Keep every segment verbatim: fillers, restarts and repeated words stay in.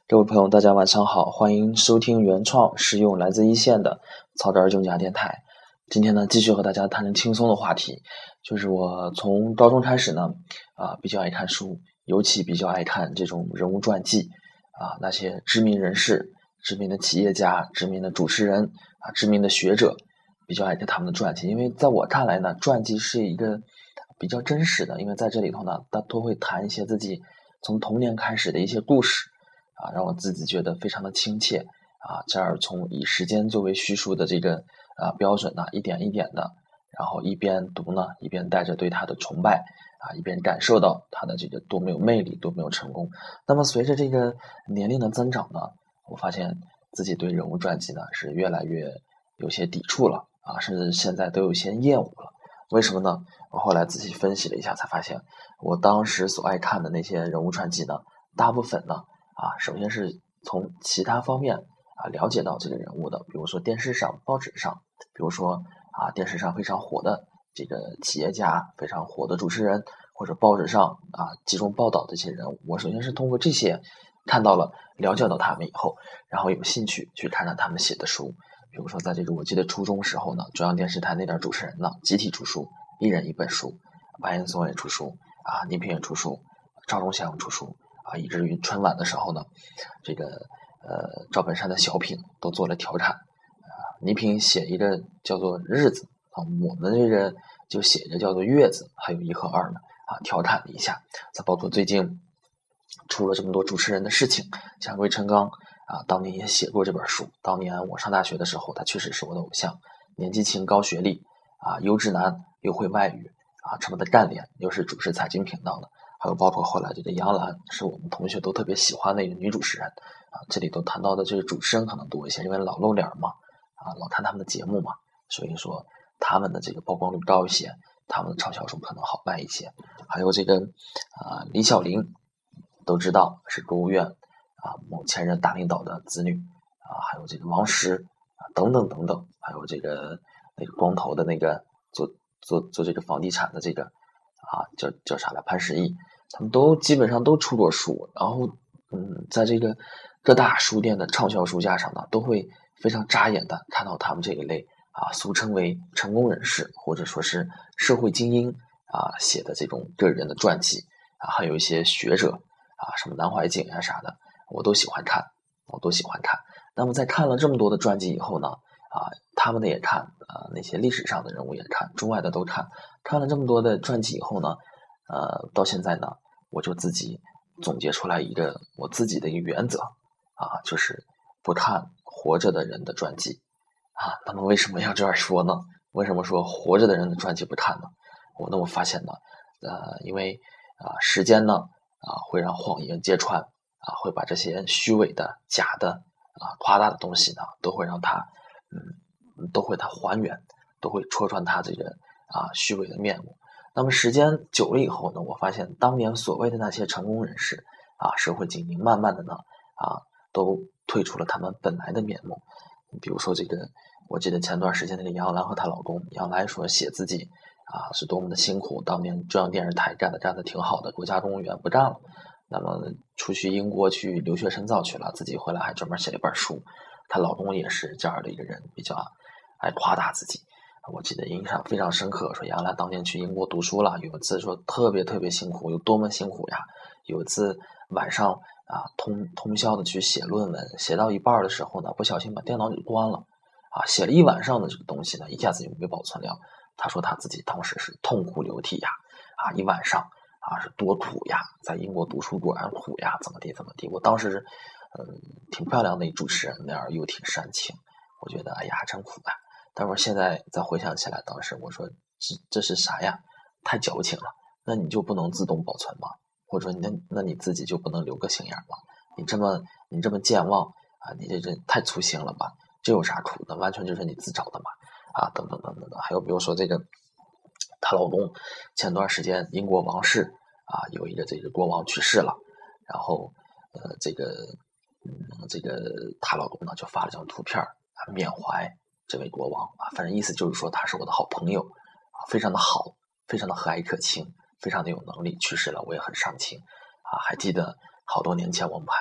各位朋友，大家晚上好，欢迎收听原创实用来自一线的草根儿竞价电台。今天呢，继续和大家谈谈轻松的话题，就是我从高中开始呢，啊，比较爱看书，尤其比较爱看这种人物传记，啊，那些知名人士、知名的企业家、知名的主持人啊、知名的学者，比较爱看他们的传记，因为在我看来呢，传记是一个比较真实的，因为在这里头呢，他都会谈一些自己从童年开始的一些故事。啊，让我自己觉得非常的亲切啊，这样从以时间作为叙述的这个啊标准呢，一点一点的，然后一边读呢，一边带着对他的崇拜啊，一边感受到他的这个多么有魅力，多么有成功。那么随着这个年龄的增长呢，我发现自己对人物传记呢是越来越有些抵触了啊，甚至现在都有些厌恶了。为什么呢？我后来仔细分析了一下，才发现我当时所爱看的那些人物传记呢，大部分呢。啊，首先是从其他方面啊了解到这个人物的，比如说电视上、报纸上，比如说啊电视上非常火的这个企业家、非常火的主持人，或者报纸上啊集中报道这些人物。我首先是通过这些看到了、了解到他们以后，然后有兴趣去看看他们写的书。比如说，在这个我记得初中时候呢，中央电视台那点主持人呢，集体出书，一人一本书，白岩松也出书啊，倪萍也出书，赵忠祥出书。啊，以至于春晚的时候呢，这个呃赵本山的小品都做了调侃啊，倪萍写一个叫做日子啊，我们这个就写一个叫做月子，还有一和二呢啊，调侃了一下。再包括最近出了这么多主持人的事情，像魏晨刚啊，当年也写过这本书。当年我上大学的时候，他确实是我的偶像，年纪轻高学历啊，优质男又会外语啊，这么的干练，又是主持财经频道的。还有包括后来这个杨澜，是我们同学都特别喜欢的一个女主持人啊。这里头谈到的这个主持人可能多一些，因为老露脸嘛，啊，老看他们的节目嘛，所以说他们的这个曝光率高一些，他们的畅销书可能好卖一些。还有这个啊，李小玲，都知道是国务院啊某前任大领导的子女啊，还有这个王石啊等等等等，还有这个那个光头的那个做做做这个房地产的这个啊叫叫啥来潘石屹。他们都基本上都出过书，然后嗯，在这个各大书店的畅销书架上呢，都会非常扎眼的看到他们这一类啊，俗称为成功人士或者说是社会精英啊写的这种个人的传记啊，还有一些学者啊，什么南怀瑾啊啥的，我都喜欢看，我都喜欢看。那么在看了这么多的传记以后呢，啊，他们的也看啊，那些历史上的人物也看，中外的都看。看了这么多的传记以后呢，呃，到现在呢。我就自己总结出来一个我自己的一个原则啊，就是不看活着的人的传记啊。那么为什么要这样说呢？为什么说活着的人的传记不看呢？我那我发现呢，呃，因为啊，时间呢啊会让谎言揭穿啊，会把这些虚伪的、假的啊、夸大的东西呢，都会让它嗯，都会它还原，都会戳穿它这个啊虚伪的面目。那么时间久了以后呢，我发现当年所谓的那些成功人士啊，社会精英，慢慢的呢啊，都退出了他们本来的面目。比如说这个，我记得前段时间那个杨澜和她老公，杨澜说写自己啊是多么的辛苦，当年中央电视台干的干的挺好的，国家公务员不干了，那么出去英国去留学深造去了，自己回来还专门写了一本书。她老公也是这样的一个人，比较爱夸大自己。我记得印象非常深刻，说杨澜当年去英国读书了，有一次说特别特别辛苦，有多么辛苦呀！有一次晚上啊，通通宵的去写论文，写到一半的时候呢，不小心把电脑给关了，啊，写了一晚上的这个东西呢，一下子就没保存了。他说他自己当时是痛哭流涕呀，啊，一晚上啊是多苦呀，在英国读书果然苦呀，怎么地怎么地。我当时嗯，挺漂亮的一主持人，那样又挺煽情，我觉得哎呀真苦啊。但是现在再回想起来，当时我说这这是啥呀？太矫情了。那你就不能自动保存吗？或者说那那你自己就不能留个心眼吗？你这么你这么健忘啊，你这这太粗心了吧？这有啥苦的？完全就是你自找的嘛！啊，等等等等等。还有比如说这个，她老公前段时间英国王室啊有一个这个国王去世了，然后呃这个嗯这个她老公呢就发了张图片啊缅怀。这位国王啊，反正意思就是说他是我的好朋友啊，非常的好，非常的和蔼可亲，非常的有能力，去世了我也很伤心啊。还记得好多年前我们还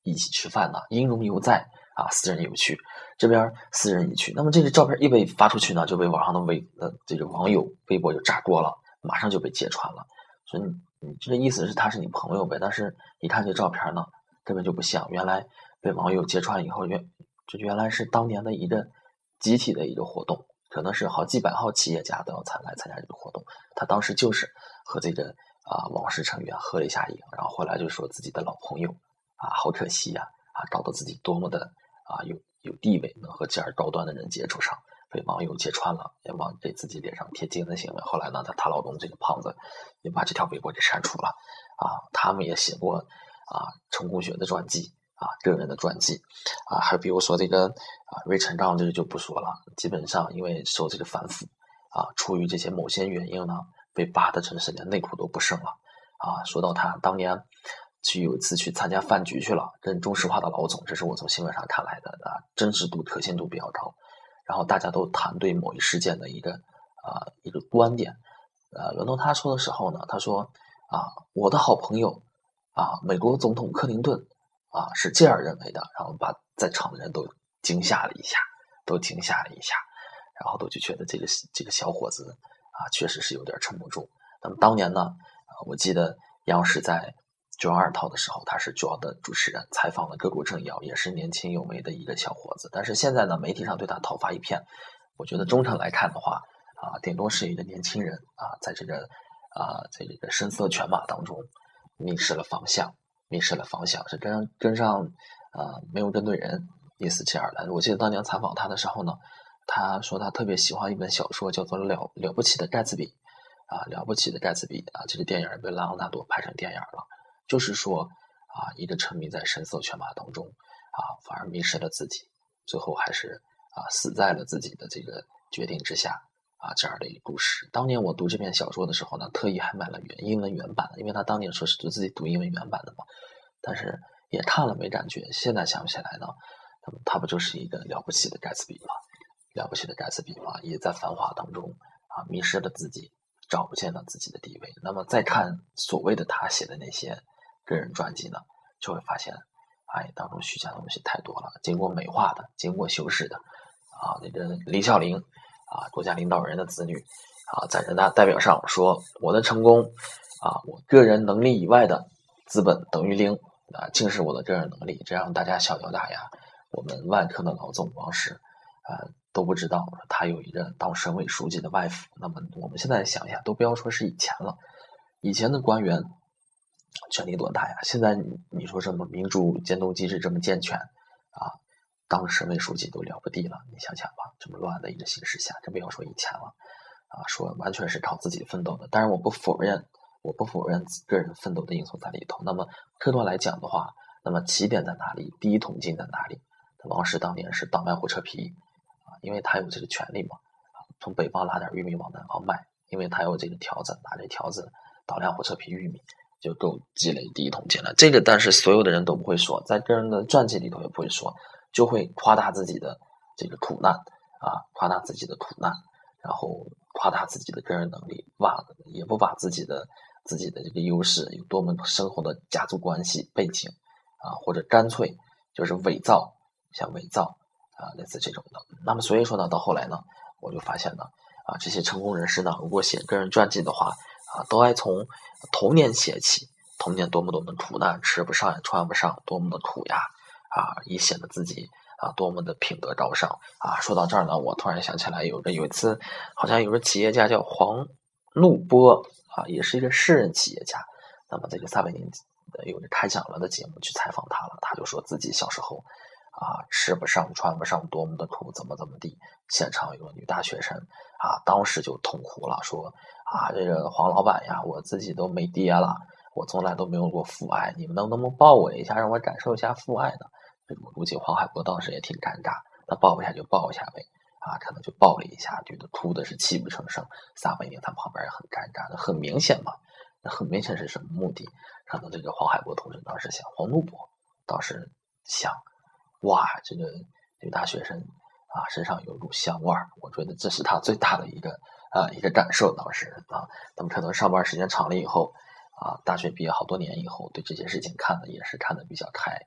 一起吃饭呢，音容犹在啊，私人有趣，这边私人已去。那么这个照片一被发出去呢，就被网上的微呃这个网友微博就炸锅了，马上就被揭穿了。所以你你这个意思是他是你朋友呗？但是一看这照片呢，根本就不像。原来被网友揭穿以后，原这原来是当年的一个集体的一个活动，可能是好几百号企业家都要参来参加这个活动。他当时就是和这个啊王室成员喝了一下饮，然后后来就说自己的老朋友啊，好可惜呀啊，搞得自己多么的啊有有地位，能和这样高端的人接触上。被网友揭穿了，也往给自己脸上贴金的行为。后来呢，她她老公这个胖子也把这条微博给删除了。啊，他们也写过啊成功学的传记啊，个人的传记啊，还比如说这个啊芮成钢这个就不说了，基本上因为受这个反腐啊，出于这些某些原因呢，被扒的真是连内裤都不剩了啊。说到他当年去有一次去参加饭局去了，跟中石化的老总，这是我从新闻上看来的啊，真实度可信度比较高。然后大家都谈对某一事件的一个啊、呃、一个观点，呃，轮到他说的时候呢，他说啊，我的好朋友啊，美国总统克林顿啊是这样认为的，然后把在场的人都惊吓了一下，都惊吓了一下，然后都就觉得这个这个小伙子啊，确实是有点撑不住。那么当年呢，啊、我记得央视在九二套的时候，他是主要的主持人，采访了各国政要，也是年轻有为的一个小伙子。但是现在呢，媒体上对他讨伐一片。我觉得中程来看的话，啊，顶多是一个年轻人啊，在这个啊，在这个声色犬马当中迷失了方向，迷失了方向，是跟跟上啊，没有跟对人，意思这样的。我记得当年采访他的时候呢，他说他特别喜欢一本小说，叫做《了了不起的盖茨比》啊，了不起的盖茨比啊，这个电影被莱昂纳多拍成电影了。就是说啊，一个沉迷在声色犬马当中啊，反而迷失了自己，最后还是啊死在了自己的这个决定之下啊，这样的一个故事。当年我读这篇小说的时候呢，特意还买了原英文原版的，因为他当年说是自己读英文原版的嘛，但是也看了没感觉。现在想起来呢，那么他不就是一个了不起的盖茨比吗？了不起的盖茨比嘛，也在繁华当中啊迷失了自己，找不见了自己的地位。那么再看所谓的他写的那些个人传记呢，就会发现，哎，当中虚假的东西太多了，经过美化的，经过修饰的，啊，那个李孝林啊，国家领导人的子女啊，在人大代表上说，我的成功啊，我个人能力以外的资本等于零啊，竟是我的个人能力，这让大家笑掉大牙。我们万科的老总王石啊，都不知道他有一个当省委书记的外父。那么我们现在想一下，都不要说是以前了，以前的官员权力多大呀？现在你你说什么民主监督机制这么健全啊，当省委书记都了不地了，你想想吧，这么乱的一个形势下，这不要说以前了啊，说完全是靠自己奋斗的。当然我不否认，我不否认个人奋斗的因素在里头。那么客观来讲的话，那么起点在哪里？第一桶金在哪里？王石当年是倒卖火车皮啊，因为他有这个权利嘛，从北方拉点玉米往南方卖，因为他有这个条子，拿这条子倒辆火车皮玉米就够积累第一桶金了。这个但是所有的人都不会说，在个人的传记里头也不会说，就会夸大自己的这个苦难啊，夸大自己的苦难，然后夸大自己的个人能力，挖也不把自己的自己的这个优势有多么深厚的家族关系背景啊，或者干脆就是伪造，像伪造啊类似这种的。那么所以说呢，到后来呢，我就发现呢，啊这些成功人士呢，如果写个人传记的话啊，都爱从童年写起，童年多么多么苦难，吃不上也穿不上，多么的苦呀啊，以显得自己啊多么的品德高尚啊。说到这儿呢，我突然想起来有个有一次好像有个企业家叫黄怒波啊，也是一个诗人企业家。那么这个撒贝宁有个开讲了的节目去采访他了，他就说自己小时候啊吃不上穿不上，多么的苦，怎么怎么地。现场有个女大学生啊，当时就痛哭了，说啊这个黄老板呀，我自己都没爹了，我从来都没有过父爱，你们能不能抱我一下，让我感受一下父爱呢？我估计黄海波当时也挺尴尬，那抱一下就抱一下呗，啊，可能就抱了一下，觉得哭的是泣不成声。撒贝宁他旁边也很尴尬，很明显嘛，那很明显是什么目的？可能这个黄海波同志当时想，黄怒波当时想，哇，这个女大学生啊身上有股香味儿，我觉得这是他最大的一个啊一个感受。当时啊，那么可能上班时间长了以后啊，大学毕业好多年以后，对这些事情看的也是看的比较开，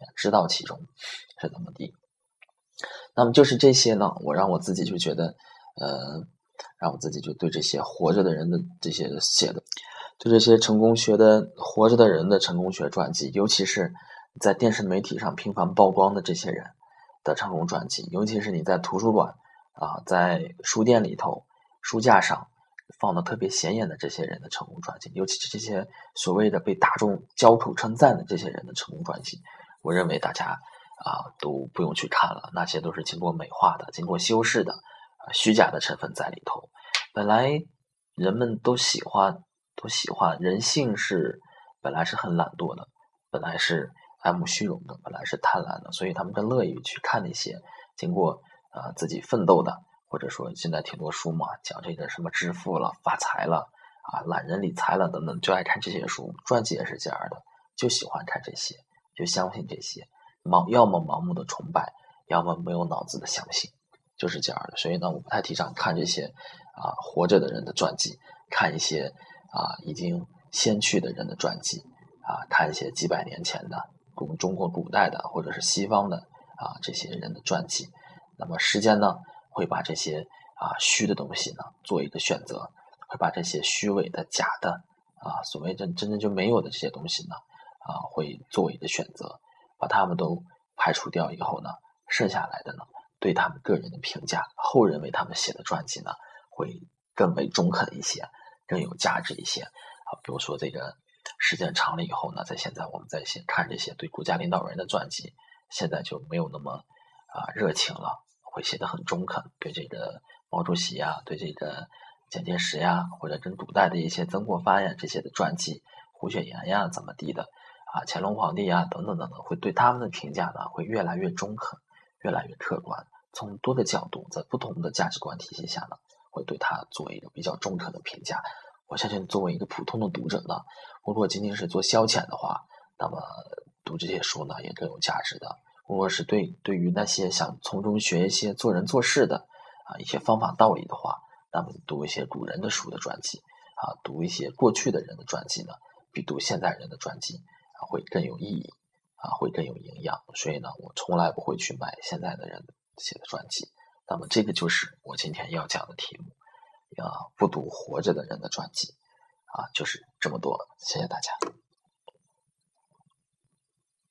知道其中是怎么地。那么就是这些呢，我让我自己就觉得，呃，让我自己就对这些活着的人的这些写的，对这些成功学的活着的人的成功学传记，尤其是在电视媒体上频繁曝光的这些人的成功传记，尤其是你在图书馆啊，在书店里头书架上放的特别显眼的这些人的成功传记，尤其是这些所谓的被大众交口称赞的这些人的成功传记，我认为大家啊都不用去看了，那些都是经过美化的、经过修饰的、啊、虚假的成分在里头。本来人们都喜欢，都喜欢，人性是本来是很懒惰的，本来是爱慕虚荣的，本来是贪婪的，所以他们就乐意去看那些经过呃自己奋斗的，或者说现在挺多书嘛，讲这个什么致富了、发财了啊、懒人理财了等等，就爱看这些书，传记也是这样的，就喜欢看这些，就相信这些，盲要么盲目的崇拜，要么没有脑子的相信，就是这样的。所以呢，我不太提倡看这些啊活着的人的传记，看一些啊已经先去的人的传记啊，看一些几百年前的古中国古代的或者是西方的啊这些人的传记。那么时间呢，会把这些啊虚的东西呢做一个选择，会把这些虚伪的、假的啊所谓真真正就没有的这些东西呢啊会作为一个选择，把他们都排除掉以后呢，剩下来的呢，对他们个人的评价，后人为他们写的传记呢，会更为中肯一些，更有价值一些啊。比如说这个时间长了以后呢，在现在我们在看这些对国家领导人的传记，现在就没有那么啊热情了，会写得很中肯，对这个毛主席呀，对这个蒋介石呀，或者跟古代的一些曾国藩呀这些的传记，胡雪岩呀怎么地的啊，乾隆皇帝呀等等等等，会对他们的评价呢会越来越中肯，越来越客观，从多个角度，在不同的价值观体系下呢，会对他做一个比较中肯的评价。我相信作为一个普通的读者呢，如果仅仅是做消遣的话，那么读这些书呢也更有价值的。如果是对对于那些想从中学一些做人做事的啊一些方法道理的话，那么读一些古人的书的传记啊，读一些过去的人的传记呢，比读现代人的传记啊会更有意义啊，会更有营养。所以呢，我从来不会去买现在的人写的传记。那么这个就是我今天要讲的题目啊，不读活着的人的传记啊，就是这么多，谢谢大家。